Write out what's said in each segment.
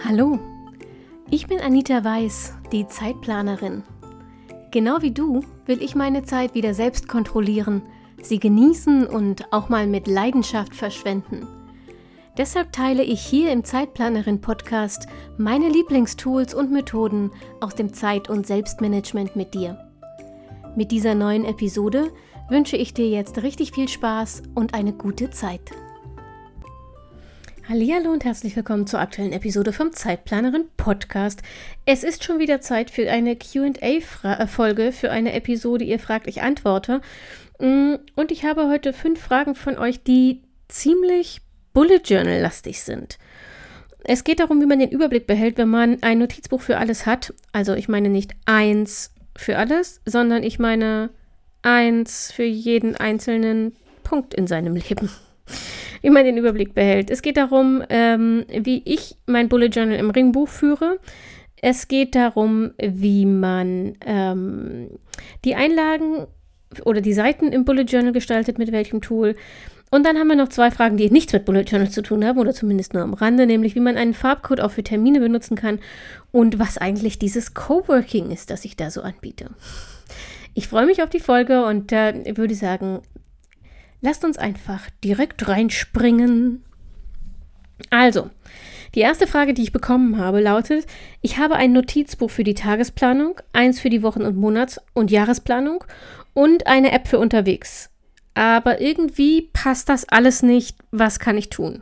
Hallo, ich bin Anita Weiß, die Zeitplanerin. Genau wie du will ich meine Zeit wieder selbst kontrollieren, sie genießen und auch mal mit Leidenschaft verschwenden. Deshalb teile ich hier im Zeitplanerin-Podcast meine Lieblingstools und Methoden aus dem Zeit- und Selbstmanagement mit dir. Mit dieser neuen Episode wünsche ich dir jetzt richtig viel Spaß und eine gute Zeit. Hallihallo und herzlich willkommen zur aktuellen Episode vom Zeitplanerin Podcast. Es ist schon wieder Zeit für eine Q&A-Folge, für eine Episode Ihr fragt, ich antworte. Und ich habe heute 5 Fragen von euch, die ziemlich Bullet Journal-lastig sind. Es geht darum, wie man den Überblick behält, wenn man ein Notizbuch für alles hat. Also ich meine nicht eins für alles, sondern ich meine eins für jeden einzelnen Punkt in seinem Leben. Wie man den Überblick behält. Es geht darum, wie ich mein Bullet Journal im Ringbuch führe. Es geht darum, wie man die Einlagen oder die Seiten im Bullet Journal gestaltet, mit welchem Tool. Und dann haben wir noch 2 Fragen, die nichts mit Bullet Journal zu tun haben oder zumindest nur am Rande, nämlich wie man einen Farbcode auch für Termine benutzen kann und was eigentlich dieses Coworking ist, das ich da so anbiete. Ich freue mich auf die Folge und würde sagen, lasst uns einfach direkt reinspringen. Also, die erste Frage, die ich bekommen habe, lautet: Ich habe ein Notizbuch für die Tagesplanung, eins für die Wochen- und Monats- und Jahresplanung und eine App für unterwegs. Aber irgendwie passt das alles nicht. Was kann ich tun?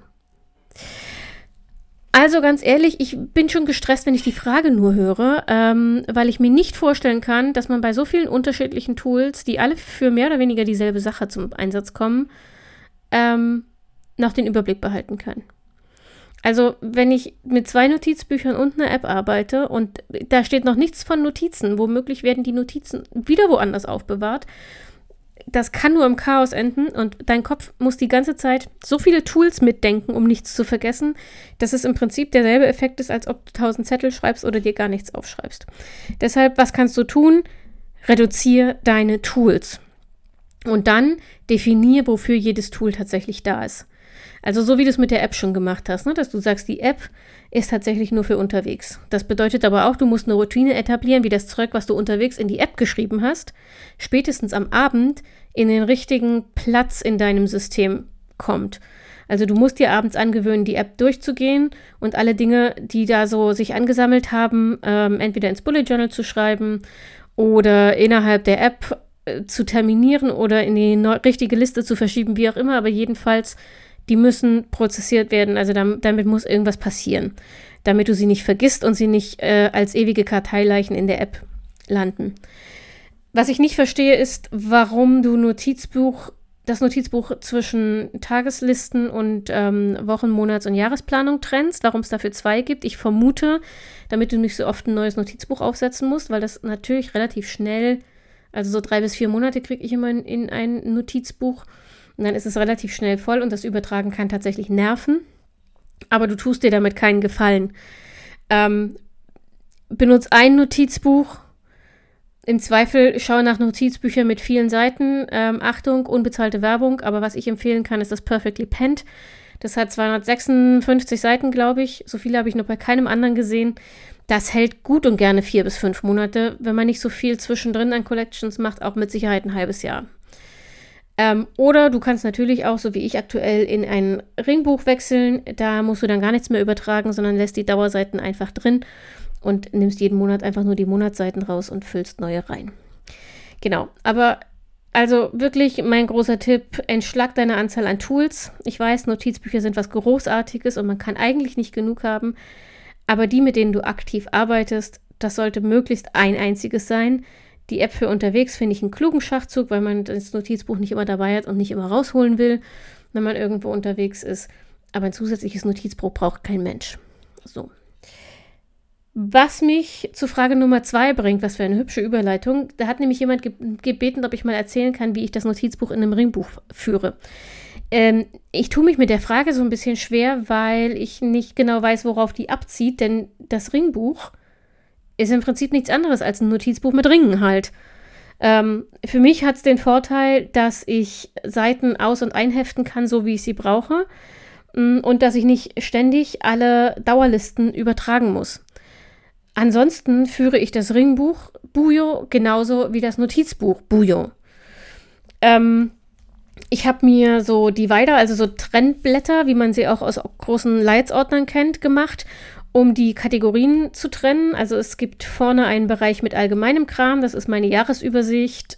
Also ganz ehrlich, ich bin schon gestresst, wenn ich die Frage nur höre, weil ich mir nicht vorstellen kann, dass man bei so vielen unterschiedlichen Tools, die alle für mehr oder weniger dieselbe Sache zum Einsatz kommen, noch den Überblick behalten kann. Also wenn ich mit 2 Notizbüchern und einer App arbeite und da steht noch nichts von Notizen, womöglich werden die Notizen wieder woanders aufbewahrt, das kann nur im Chaos enden und dein Kopf muss die ganze Zeit so viele Tools mitdenken, um nichts zu vergessen, dass es im Prinzip derselbe Effekt ist, als ob du 1000 Zettel schreibst oder dir gar nichts aufschreibst. Deshalb, was kannst du tun? Reduziere deine Tools und dann definiere, wofür jedes Tool tatsächlich da ist. Also so wie du es mit der App schon gemacht hast, ne? Dass du sagst, die App ist tatsächlich nur für unterwegs. Das bedeutet aber auch, du musst eine Routine etablieren, wie das Zeug, was du unterwegs in die App geschrieben hast, spätestens am Abend in den richtigen Platz in deinem System kommt. Also du musst dir abends angewöhnen, die App durchzugehen und alle Dinge, die da so sich angesammelt haben, entweder ins Bullet Journal zu schreiben oder innerhalb der App zu terminieren oder in die richtige Liste zu verschieben, wie auch immer, aber jedenfalls die müssen prozessiert werden, also damit muss irgendwas passieren, damit du sie nicht vergisst und sie nicht als ewige Karteileichen in der App landen. Was ich nicht verstehe, ist, warum du das Notizbuch zwischen Tageslisten und Wochen-, Monats- und Jahresplanung trennst, warum es dafür 2 gibt. Ich vermute, damit du nicht so oft ein neues Notizbuch aufsetzen musst, weil das natürlich relativ schnell, also so 3 bis 4 Monate kriege ich immer in ein Notizbuch. Und dann ist es relativ schnell voll und das Übertragen kann tatsächlich nerven. Aber du tust dir damit keinen Gefallen. Benutz ein Notizbuch. Im Zweifel schau nach Notizbüchern mit vielen Seiten. Achtung, unbezahlte Werbung. Aber was ich empfehlen kann, ist das Perfectly Penned. Das hat 256 Seiten, glaube ich. So viele habe ich noch bei keinem anderen gesehen. Das hält gut und gerne 4 bis 5 Monate. Wenn man nicht so viel zwischendrin an Collections macht, auch mit Sicherheit ein halbes Jahr. Oder du kannst natürlich auch, so wie ich aktuell, in ein Ringbuch wechseln. Da musst du dann gar nichts mehr übertragen, sondern lässt die Dauerseiten einfach drin und nimmst jeden Monat einfach nur die Monatsseiten raus und füllst neue rein. Genau, aber also wirklich mein großer Tipp, entschlag deine Anzahl an Tools. Ich weiß, Notizbücher sind was Großartiges und man kann eigentlich nicht genug haben, aber die, mit denen du aktiv arbeitest, das sollte möglichst ein einziges sein. Die App für unterwegs finde ich einen klugen Schachzug, weil man das Notizbuch nicht immer dabei hat und nicht immer rausholen will, wenn man irgendwo unterwegs ist. Aber ein zusätzliches Notizbuch braucht kein Mensch. So. Was mich zu Frage Nummer 2 bringt, was für eine hübsche Überleitung. Da hat nämlich jemand gebeten, ob ich mal erzählen kann, wie ich das Notizbuch in einem Ringbuch führe. Ich tue mich mit der Frage so ein bisschen schwer, weil ich nicht genau weiß, worauf die abzieht, denn das Ringbuch ist im Prinzip nichts anderes als ein Notizbuch mit Ringen halt. Für mich hat es den Vorteil, dass ich Seiten aus- und einheften kann, so wie ich sie brauche. und dass ich nicht ständig alle Dauerlisten übertragen muss. Ansonsten führe ich das Ringbuch Bujo genauso wie das Notizbuch Bujo. Ich habe mir so Divider, also so Trennblätter, wie man sie auch aus großen Leitsordnern kennt, gemacht, um die Kategorien zu trennen. Also es gibt vorne einen Bereich mit allgemeinem Kram, das ist meine Jahresübersicht,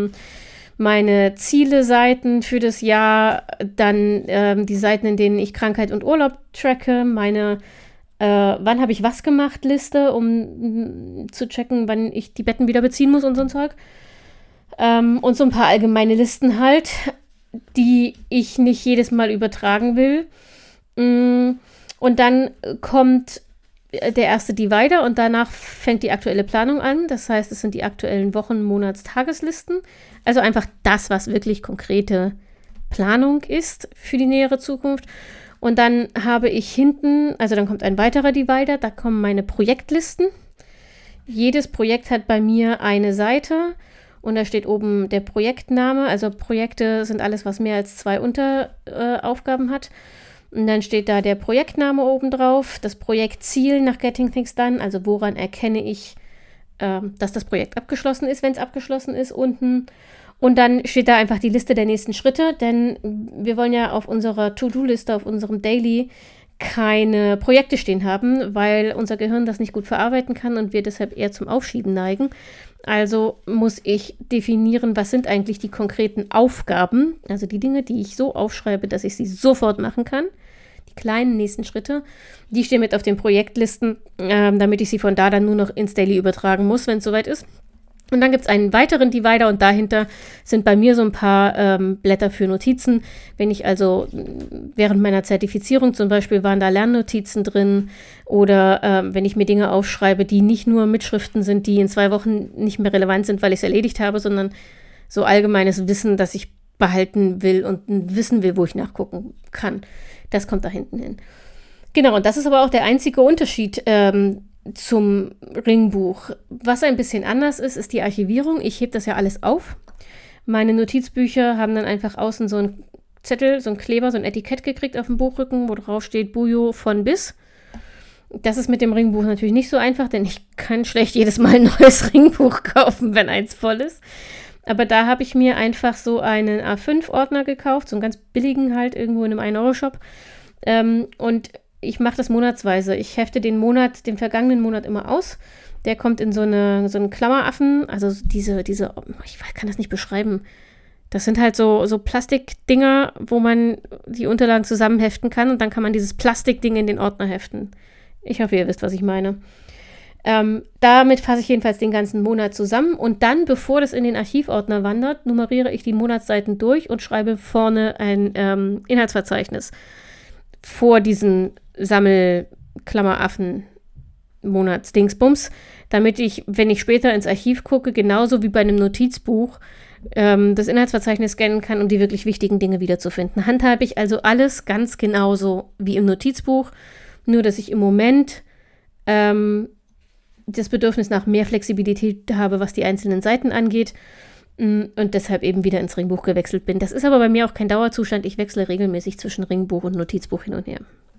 meine Ziele-Seiten für das Jahr, dann die Seiten, in denen ich Krankheit und Urlaub tracke, meine wann habe ich was gemacht Liste, um zu checken, wann ich die Betten wieder beziehen muss und so ein Zeug. Und so ein paar allgemeine Listen halt, die ich nicht jedes Mal übertragen will. Und dann kommt der erste Divider und danach fängt die aktuelle Planung an. Das heißt, es sind die aktuellen Wochen-, Monats-, Tageslisten. Also einfach das, was wirklich konkrete Planung ist für die nähere Zukunft. Und dann habe ich hinten, also dann kommt ein weiterer Divider, da kommen meine Projektlisten. Jedes Projekt hat bei mir eine Seite und da steht oben der Projektname. Also Projekte sind alles, was mehr als 2 Unteraufgaben hat. Und dann steht da der Projektname oben drauf, das Projektziel nach Getting Things Done, also woran erkenne ich, dass das Projekt abgeschlossen ist, wenn es abgeschlossen ist, unten. Und dann steht da einfach die Liste der nächsten Schritte, denn wir wollen ja auf unserer To-Do-Liste, auf unserem Daily keine Projekte stehen haben, weil unser Gehirn das nicht gut verarbeiten kann und wir deshalb eher zum Aufschieben neigen. Also muss ich definieren, was sind eigentlich die konkreten Aufgaben, also die Dinge, die ich so aufschreibe, dass ich sie sofort machen kann. Die kleinen nächsten Schritte, die stehen mit auf den Projektlisten, damit ich sie von da dann nur noch ins Daily übertragen muss, wenn es soweit ist. Und dann gibt es einen weiteren Divider und dahinter sind bei mir so ein paar Blätter für Notizen. Wenn ich also während meiner Zertifizierung zum Beispiel waren da Lernnotizen drin oder wenn ich mir Dinge aufschreibe, die nicht nur Mitschriften sind, die in 2 Wochen nicht mehr relevant sind, weil ich es erledigt habe, sondern so allgemeines Wissen, das ich behalten will und wissen will, wo ich nachgucken kann. Das kommt da hinten hin. Genau, und das ist aber auch der einzige Unterschied zum Ringbuch. Was ein bisschen anders ist, ist die Archivierung. Ich hebe das ja alles auf. Meine Notizbücher haben dann einfach außen so einen Zettel, so einen Kleber, so ein Etikett gekriegt auf dem Buchrücken, wo drauf steht Bujo von bis. Das ist mit dem Ringbuch natürlich nicht so einfach, denn ich kann schlecht jedes Mal ein neues Ringbuch kaufen, wenn eins voll ist. Aber da habe ich mir einfach so einen A5-Ordner gekauft, so einen ganz billigen halt, irgendwo in einem 1-Euro-Shop. Und ich mache das monatsweise. Ich hefte den vergangenen Monat immer aus. Der kommt in so einen Klammeraffen, also diese, ich kann das nicht beschreiben. Das sind halt so Plastikdinger, wo man die Unterlagen zusammenheften kann und dann kann man dieses Plastikding in den Ordner heften. Ich hoffe, ihr wisst, was ich meine. Damit fasse ich jedenfalls den ganzen Monat zusammen und dann, bevor das in den Archivordner wandert, nummeriere ich die Monatsseiten durch und schreibe vorne ein Inhaltsverzeichnis vor diesen Sammelklammeraffen Monatsdingsbums, damit ich, wenn ich später ins Archiv gucke, genauso wie bei einem Notizbuch, das Inhaltsverzeichnis scannen kann, um die wirklich wichtigen Dinge wiederzufinden. Handhabe ich also alles ganz genauso wie im Notizbuch, nur dass ich im Moment das Bedürfnis nach mehr Flexibilität habe, was die einzelnen Seiten angeht und deshalb eben wieder ins Ringbuch gewechselt bin. Das ist aber bei mir auch kein Dauerzustand. Ich wechsle regelmäßig zwischen Ringbuch und Notizbuch hin und her.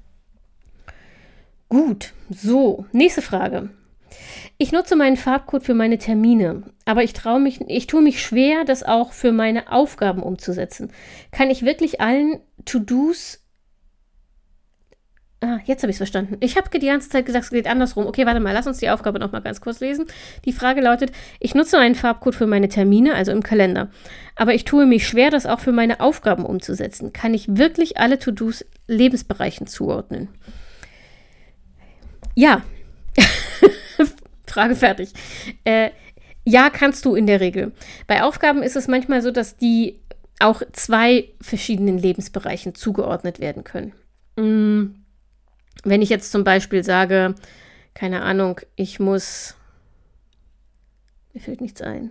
Gut, so, nächste Frage. Ich nutze meinen Farbcode für meine Termine, aber ich tue mich schwer, das auch für meine Aufgaben umzusetzen. Kann ich wirklich allen To-Dos... jetzt habe ich es verstanden. Ich habe die ganze Zeit gesagt, es geht andersrum. Okay, warte mal, lass uns die Aufgabe noch mal ganz kurz lesen. Die Frage lautet, ich nutze einen Farbcode für meine Termine, also im Kalender, aber ich tue mich schwer, das auch für meine Aufgaben umzusetzen. Kann ich wirklich alle To-Dos Lebensbereichen zuordnen? Ja. Frage fertig. Ja, kannst du in der Regel. Bei Aufgaben ist es manchmal so, dass die auch 2 verschiedenen Lebensbereichen zugeordnet werden können. Wenn ich jetzt zum Beispiel sage, keine Ahnung, mir fällt nichts ein.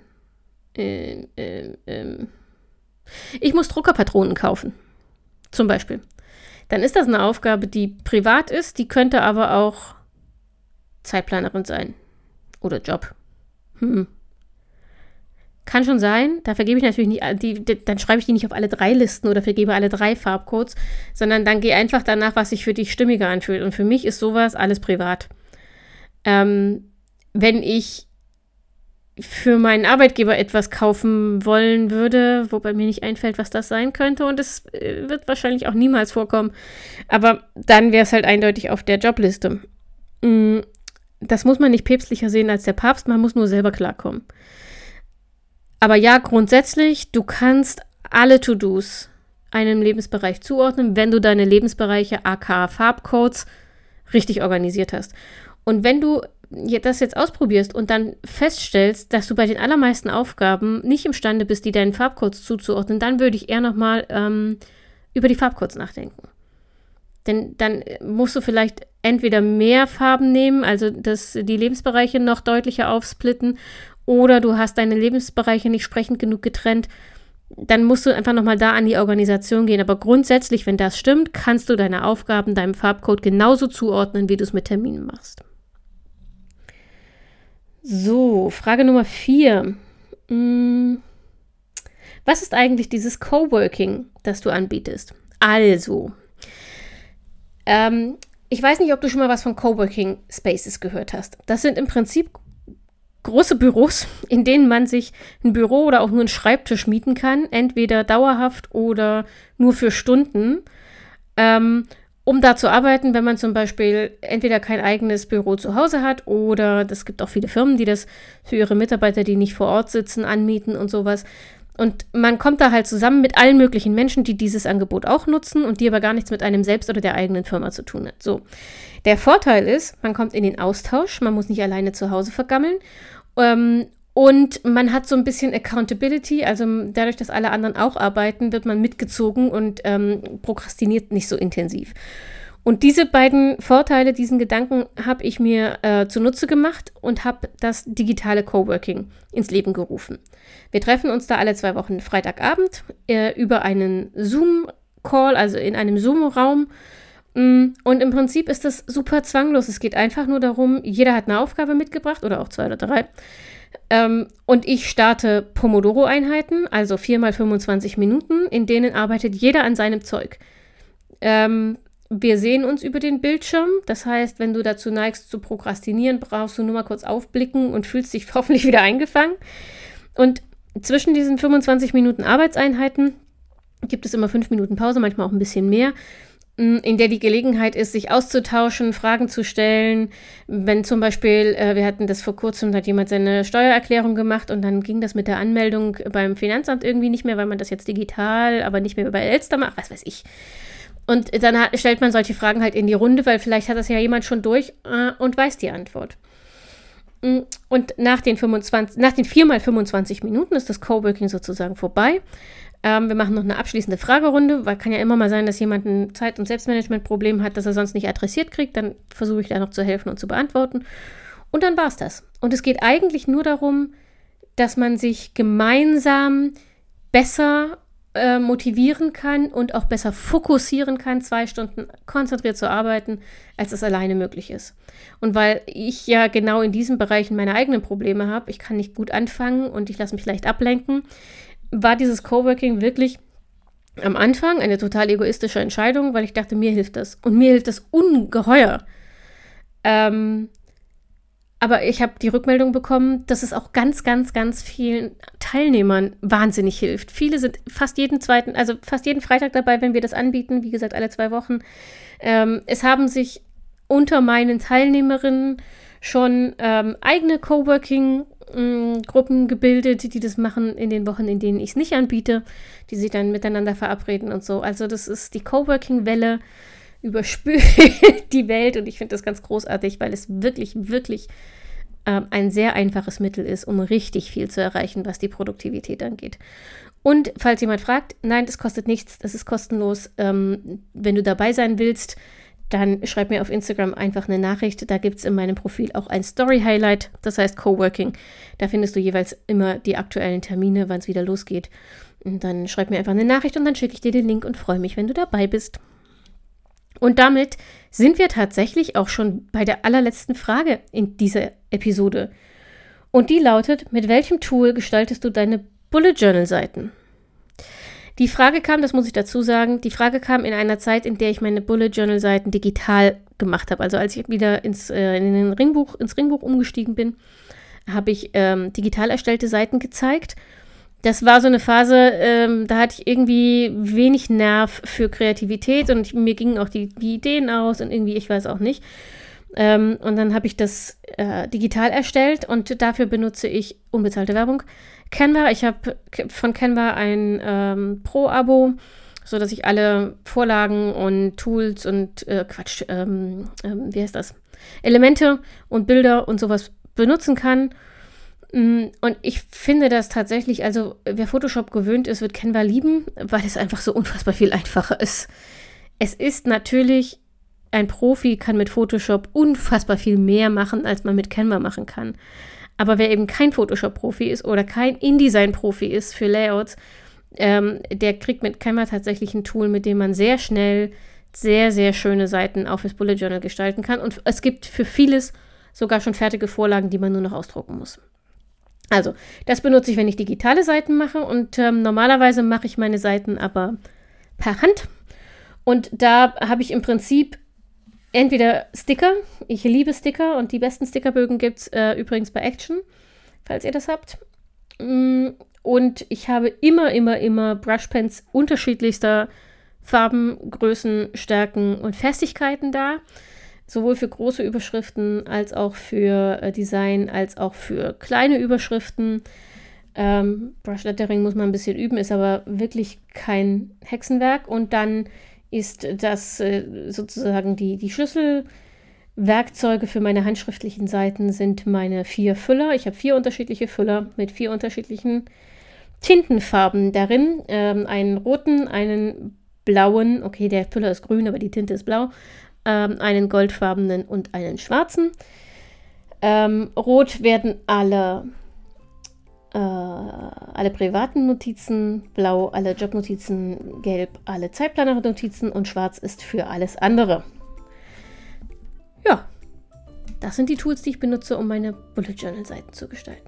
Ich muss Druckerpatronen kaufen, zum Beispiel. Dann ist das eine Aufgabe, die privat ist, die könnte aber auch Zeitplanerin sein oder Job. Kann schon sein. Da vergebe ich natürlich nicht, dann schreibe ich die nicht auf alle 3 Listen oder vergebe alle 3 Farbcodes, sondern dann gehe einfach danach, was sich für dich stimmiger anfühlt. Und für mich ist sowas alles privat. Wenn ich für meinen Arbeitgeber etwas kaufen wollen würde, wobei mir nicht einfällt, was das sein könnte, und es wird wahrscheinlich auch niemals vorkommen, aber dann wäre es halt eindeutig auf der Jobliste. Das muss man nicht päpstlicher sehen als der Papst, man muss nur selber klarkommen. Aber ja, grundsätzlich, du kannst alle To-Dos einem Lebensbereich zuordnen, wenn du deine Lebensbereiche, aka Farbcodes, richtig organisiert hast. Und wenn du das jetzt ausprobierst und dann feststellst, dass du bei den allermeisten Aufgaben nicht imstande bist, die deinen Farbcodes zuzuordnen, dann würde ich eher nochmal über die Farbcodes nachdenken. Denn dann musst du vielleicht entweder mehr Farben nehmen, also die Lebensbereiche noch deutlicher aufsplitten, oder du hast deine Lebensbereiche nicht sprechend genug getrennt, dann musst du einfach nochmal da an die Organisation gehen. Aber grundsätzlich, wenn das stimmt, kannst du deine Aufgaben deinem Farbcode genauso zuordnen, wie du es mit Terminen machst. So, Frage Nummer 4. Was ist eigentlich dieses Coworking, das du anbietest? Also, ich weiß nicht, ob du schon mal was von Coworking Spaces gehört hast. Das sind im Prinzip große Büros, in denen man sich ein Büro oder auch nur einen Schreibtisch mieten kann, entweder dauerhaft oder nur für Stunden, um da zu arbeiten, wenn man zum Beispiel entweder kein eigenes Büro zu Hause hat oder es gibt auch viele Firmen, die das für ihre Mitarbeiter, die nicht vor Ort sitzen, anmieten und sowas. Und man kommt da halt zusammen mit allen möglichen Menschen, die dieses Angebot auch nutzen und die aber gar nichts mit einem selbst oder der eigenen Firma zu tun hat. So. Der Vorteil ist, man kommt in den Austausch, man muss nicht alleine zu Hause vergammeln. Und man hat so ein bisschen Accountability, also dadurch, dass alle anderen auch arbeiten, wird man mitgezogen und prokrastiniert nicht so intensiv. Und diese beiden Vorteile, diesen Gedanken habe ich mir zunutze gemacht und habe das digitale Coworking ins Leben gerufen. Wir treffen uns da alle 2 Wochen Freitagabend über einen Zoom-Call, also in einem Zoom-Raum. Und im Prinzip ist das super zwanglos. Es geht einfach nur darum, jeder hat eine Aufgabe mitgebracht oder auch 2 oder 3. Und ich starte Pomodoro-Einheiten, also 4 mal 25 Minuten, in denen arbeitet jeder an seinem Zeug. Wir sehen uns über den Bildschirm. Das heißt, wenn du dazu neigst zu prokrastinieren, brauchst du nur mal kurz aufblicken und fühlst dich hoffentlich wieder eingefangen. Und zwischen diesen 25 Minuten Arbeitseinheiten gibt es immer 5 Minuten Pause, manchmal auch ein bisschen mehr, in der die Gelegenheit ist, sich auszutauschen, Fragen zu stellen. Wenn zum Beispiel, wir hatten das vor kurzem, da hat jemand seine Steuererklärung gemacht und dann ging das mit der Anmeldung beim Finanzamt irgendwie nicht mehr, weil man das jetzt digital, aber nicht mehr bei Elster macht, was weiß ich. Und dann stellt man solche Fragen halt in die Runde, weil vielleicht hat das ja jemand schon durch und weiß die Antwort. Und nach den 4 mal 25 Minuten ist das Coworking sozusagen vorbei. Wir machen noch eine abschließende Fragerunde, weil kann ja immer mal sein, dass jemand ein Zeit- und Selbstmanagement-Problem hat, das er sonst nicht adressiert kriegt. Dann versuche ich da noch zu helfen und zu beantworten. Und dann war es das. Und es geht eigentlich nur darum, dass man sich gemeinsam besser motivieren kann und auch besser fokussieren kann, 2 Stunden konzentriert zu arbeiten, als es alleine möglich ist. Und weil ich ja genau in diesen Bereichen meine eigenen Probleme habe, ich kann nicht gut anfangen und ich lasse mich leicht ablenken, war dieses Coworking wirklich am Anfang eine total egoistische Entscheidung, weil ich dachte, mir hilft das. Und mir hilft das ungeheuer. Aber ich habe die Rückmeldung bekommen, dass es auch ganz, ganz, ganz vielen Teilnehmern wahnsinnig hilft. Viele sind fast jeden Freitag dabei, wenn wir das anbieten. Wie gesagt, alle 2 Wochen. Es haben sich unter meinen Teilnehmerinnen schon eigene Coworking-Gruppen gebildet, die das machen in den Wochen, in denen ich es nicht anbiete, die sich dann miteinander verabreden und so. Also das ist die Coworking-Welle, überspült die Welt und ich finde das ganz großartig, weil es wirklich, wirklich ein sehr einfaches Mittel ist, um richtig viel zu erreichen, was die Produktivität angeht. Und falls jemand fragt, nein, das kostet nichts, das ist kostenlos. Wenn du dabei sein willst, dann schreib mir auf Instagram einfach eine Nachricht. Da gibt es in meinem Profil auch ein Story-Highlight, das heißt Coworking. Da findest du jeweils immer die aktuellen Termine, wann es wieder losgeht. Und dann schreib mir einfach eine Nachricht und dann schicke ich dir den Link und freue mich, wenn du dabei bist. Und damit sind wir tatsächlich auch schon bei der allerletzten Frage in dieser Episode. Und die lautet: Mit welchem Tool gestaltest du deine Bullet Journal Seiten? Die Frage kam, das muss ich dazu sagen, die Frage kam in einer Zeit, in der ich meine Bullet Journal Seiten digital gemacht habe. Also als ich wieder ins Ringbuch umgestiegen bin, habe ich digital erstellte Seiten gezeigt. Das war so eine Phase, da hatte ich irgendwie wenig Nerv für Kreativität und mir gingen auch die Ideen aus und irgendwie, ich weiß auch nicht. Und dann habe ich das digital erstellt und dafür benutze ich unbezahlte Werbung. Canva, ich habe von Canva ein Pro-Abo, sodass ich alle Vorlagen und Tools und wie heißt das? Elemente und Bilder und sowas benutzen kann. Und ich finde das tatsächlich, also wer Photoshop gewöhnt ist, wird Canva lieben, weil es einfach so unfassbar viel einfacher ist. Es ist natürlich, ein Profi kann mit Photoshop unfassbar viel mehr machen, als man mit Canva machen kann. Aber wer eben kein Photoshop-Profi ist oder kein InDesign-Profi ist für Layouts, der kriegt mit Canva tatsächlich ein Tool, mit dem man sehr schnell sehr, sehr schöne Seiten auch fürs Bullet Journal gestalten kann. Und es gibt für vieles sogar schon fertige Vorlagen, die man nur noch ausdrucken muss. Also, das benutze ich, wenn ich digitale Seiten mache. Und normalerweise mache ich meine Seiten aber per Hand. Und da habe ich im Prinzip entweder Sticker, ich liebe Sticker und die besten Stickerbögen gibt es übrigens bei Action, falls ihr das habt. Und ich habe immer Brushpens unterschiedlichster Farben, Größen, Stärken und Festigkeiten da. Sowohl für große Überschriften als auch für Design, als auch für kleine Überschriften. Brushlettering muss man ein bisschen üben, ist aber wirklich kein Hexenwerk. Und dann ist das sozusagen die Schlüsselwerkzeuge für meine handschriftlichen Seiten sind meine 4 Füller. Ich habe 4 unterschiedliche Füller mit 4 unterschiedlichen Tintenfarben darin. Einen roten, einen blauen, okay, der Füller ist grün, aber die Tinte ist blau, einen goldfarbenen und einen schwarzen. Rot werden alle privaten Notizen, blau alle Jobnotizen, gelb alle Zeitplaner-Notizen und schwarz ist für alles andere. Ja, das sind die Tools, die ich benutze, um meine Bullet Journal Seiten zu gestalten.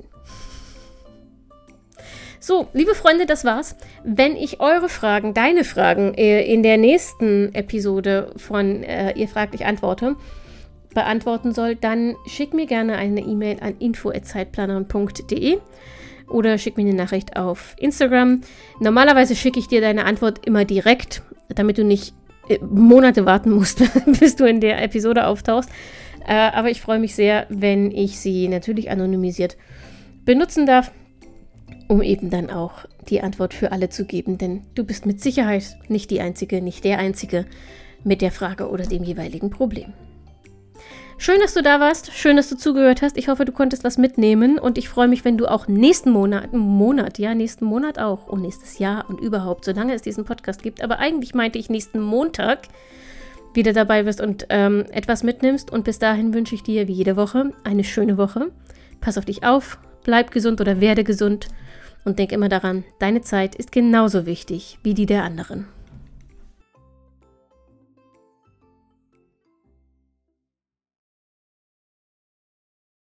So, liebe Freunde, das war's. Wenn ich eure Fragen, deine Fragen in der nächsten Episode von Ihr fragt, ich antworte, beantworten soll, dann schick mir gerne eine E-Mail an info@zeitplanerin.de oder schick mir eine Nachricht auf Instagram. Normalerweise schicke ich dir deine Antwort immer direkt, damit du nicht Monate warten musst, bis du in der Episode auftauchst. Aber ich freue mich sehr, wenn ich sie natürlich anonymisiert benutzen darf, um eben dann auch die Antwort für alle zu geben, denn du bist mit Sicherheit nicht die Einzige, nicht der Einzige mit der Frage oder dem jeweiligen Problem. Schön, dass du da warst, schön, dass du zugehört hast. Ich hoffe, du konntest was mitnehmen und ich freue mich, wenn du auch nächsten Monat auch und nächstes Jahr und überhaupt, solange es diesen Podcast gibt, aber eigentlich meinte ich nächsten Montag wieder dabei bist und etwas mitnimmst und bis dahin wünsche ich dir wie jede Woche eine schöne Woche. Pass auf dich auf, bleib gesund oder werde gesund und denk immer daran, deine Zeit ist genauso wichtig wie die der anderen.